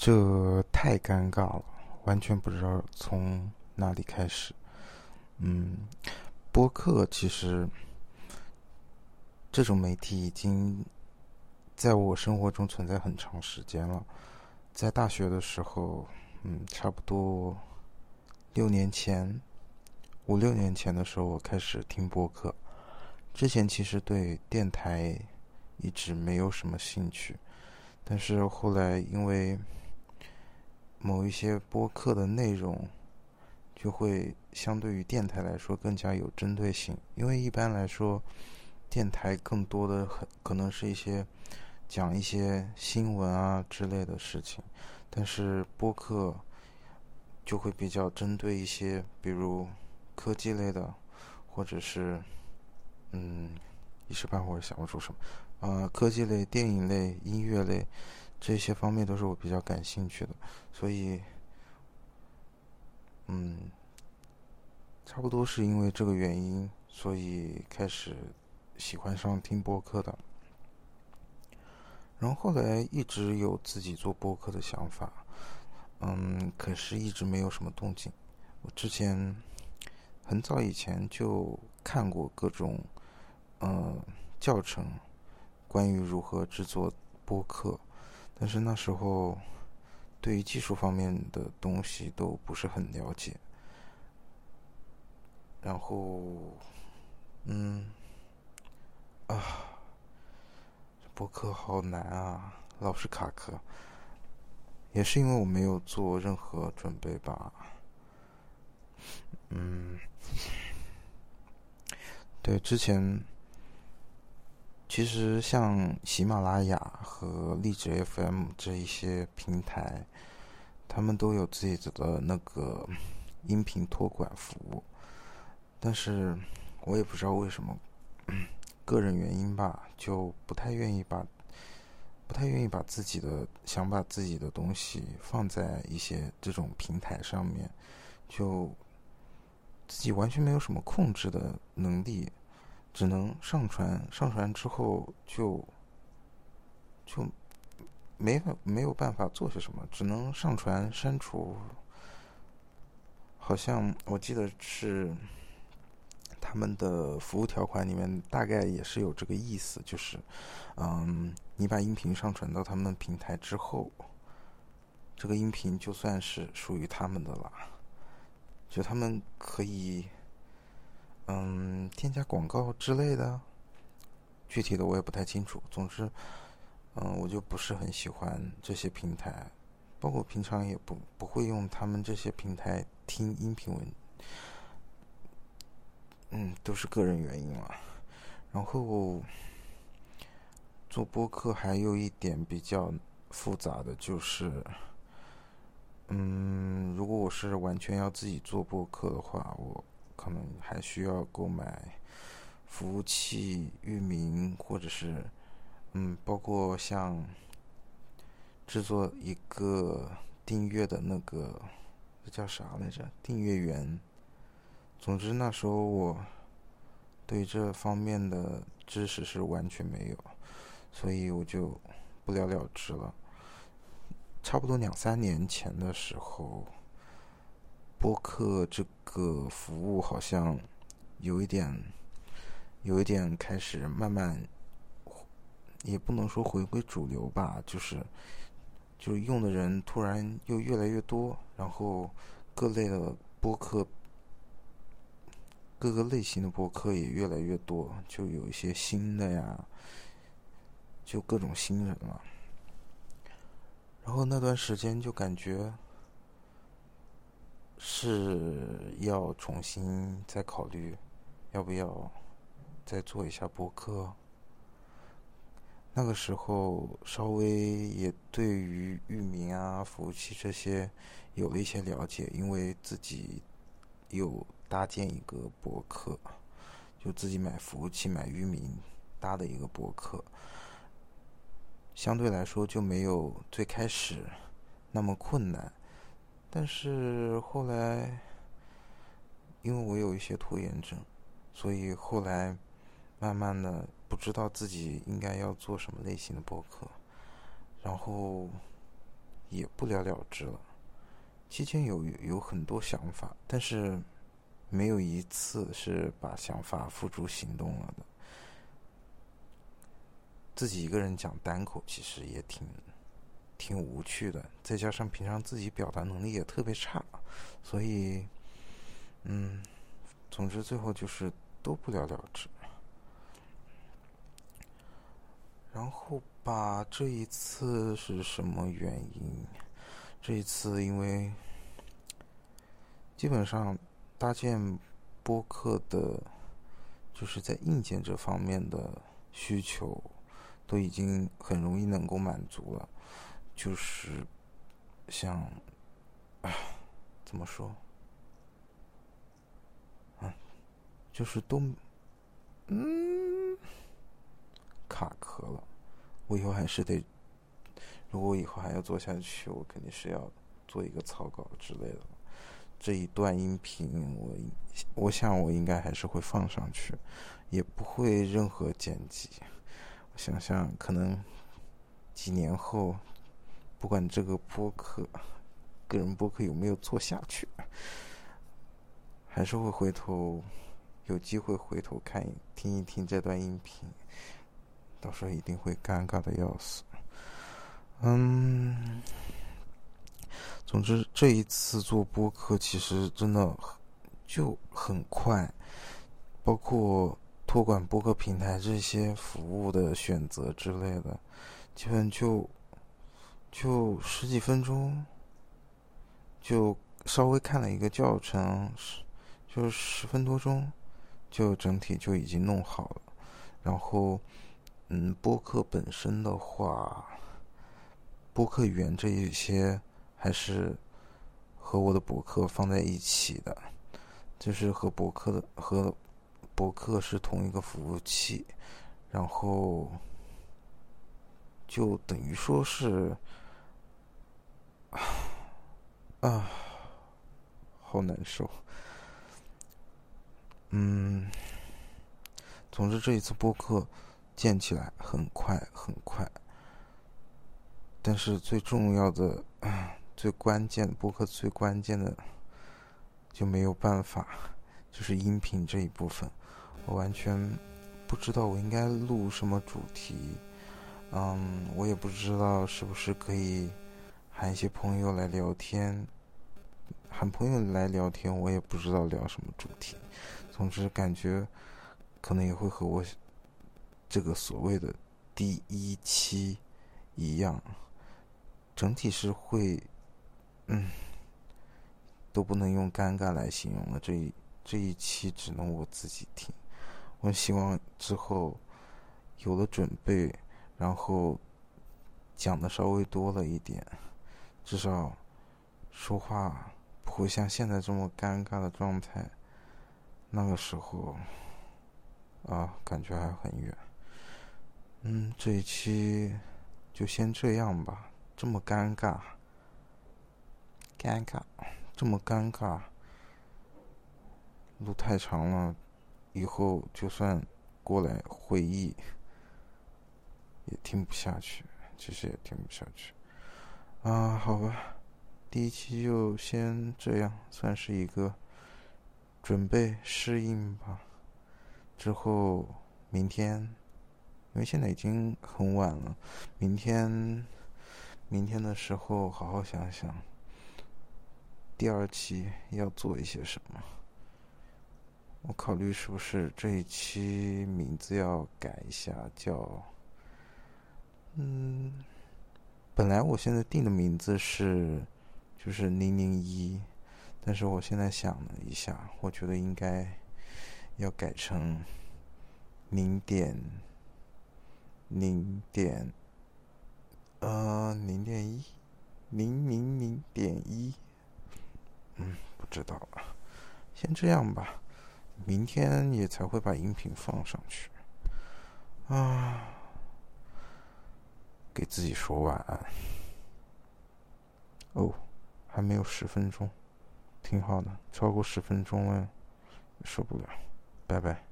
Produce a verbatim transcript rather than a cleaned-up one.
这太尴尬了，完全不知道从哪里开始。嗯，播客其实这种媒体已经在我生活中存在很长时间了。在大学的时候，嗯，差不多六年前、五六年前的时候，我开始听播客。之前其实对电台一直没有什么兴趣，但是后来因为某一些播客的内容就会相对于电台来说更加有针对性，因为一般来说电台更多的可能是一些讲一些新闻啊之类的事情，但是播客就会比较针对一些比如科技类的，或者是嗯一时半会儿想不出什么呃科技类、电影类、音乐类这些方面都是我比较感兴趣的，所以嗯差不多是因为这个原因，所以开始喜欢上听播客的。然后后来一直有自己做播客的想法，嗯，可是一直没有什么动静。我之前很早以前就看过各种呃教程，关于如何制作播客，但是那时候对于技术方面的东西都不是很了解。然后，嗯啊，播客好难啊，老是卡壳，也是因为我没有做任何准备吧。嗯，对，之前其实像喜马拉雅和荔枝 F M 这一些平台，他们都有自己的那个音频托管服务，但是我也不知道为什么，个人原因吧，就不太愿意把不太愿意把自己的想把自己的东西放在一些这种平台上面，就自己完全没有什么控制的能力，只能上传，上传之后就就没没有办法做些什么，只能上传删除。好像我记得是他们的服务条款里面大概也是有这个意思，就是嗯，你把音频上传到他们平台之后，这个音频就算是属于他们的了，就他们可以嗯添加广告之类的，具体的我也不太清楚。总之，嗯，我就不是很喜欢这些平台，包括平常也不不会用他们这些平台听音频文，嗯，都是个人原因了。然后做播客还有一点比较复杂的就是，嗯，如果我是完全要自己做播客的话，我可能还需要购买服务器、域名，或者是嗯，包括像制作一个订阅的那个，这叫啥来着？订阅源。总之那时候我对这方面的知识是完全没有，所以我就不了了之了。差不多两三年前的时候，播客这个服务好像有一点，有一点开始慢慢，也不能说回归主流吧，就是就用的人突然又越来越多，然后各类的播客，各个类型的播客也越来越多，就有一些新的呀，就各种新人了。然后那段时间就感觉是要重新再考虑，要不要再做一下播客。那个时候稍微也对于域名啊、服务器这些有了一些了解，因为自己有搭建一个博客，就自己买服务器、买域名搭的一个博客，相对来说就没有最开始那么困难。但是后来，因为我有一些拖延症，所以后来慢慢的不知道自己应该要做什么类型的博客，然后也不了了之了。期间有有很多想法，但是没有一次是把想法付诸行动了的。自己一个人讲单口其实也挺挺无趣的，再加上平常自己表达能力也特别差，所以嗯，总之最后就是都不了了之。然后吧，这一次是什么原因？这一次因为基本上搭建播客的，就是在硬件这方面的需求都已经很容易能够满足了，就是像啊，怎么说啊，就是都嗯卡壳了。我以后还是得，如果我以后还要做下去，我肯定是要做一个草稿之类的。这一段音频我我想我应该还是会放上去，也不会任何剪辑。我想想，可能几年后，不管这个播客个人播客有没有做下去，还是会回头有机会回头看听一听这段音频，到时候一定会尴尬的要死。嗯，总之这一次做播客其实真的就很快，包括托管播客平台这些服务的选择之类的，基本就就十几分钟，就稍微看了一个教程，就十分多钟，就整体就已经弄好了。然后，嗯，播客本身的话，播客源这一些还是和我的博客放在一起的，就是和博客的和博客是同一个服务器，然后就等于说是啊，好难受。嗯，总之这一次播客建起来很快很快，但是最重要的、最关键的播客最关键的就没有办法，就是音频这一部分，我完全不知道我应该录什么主题。嗯，我也不知道是不是可以喊一些朋友来聊天，喊朋友来聊天，我也不知道聊什么主题。总之感觉可能也会和我这个所谓的第一期一样，整体是会嗯都不能用尴尬来形容了。这一这一期只能我自己听。我希望之后有了准备，然后讲的稍微多了一点，至少说话不会像现在这么尴尬的状态。那个时候啊，感觉还很远。嗯，这一期就先这样吧。这么尴尬，尴尬，这么尴尬，录太长了，以后就算过来会议也听不下去，其实也听不下去啊。好吧，第一期就先这样，算是一个准备适应吧。之后明天，因为现在已经很晚了，明天明天的时候好好想想第二期要做一些什么。我考虑是不是这一期名字要改一下，叫嗯，本来我现在定的名字是就是零零一，但是我现在想了一下，我觉得应该要改成零点零点呃零点一零零零点一，嗯，不知道了，先这样吧。明天也才会把音频放上去啊，给自己说晚安。哦，还没有十分钟，挺好的，超过十分钟了，受不了，拜拜。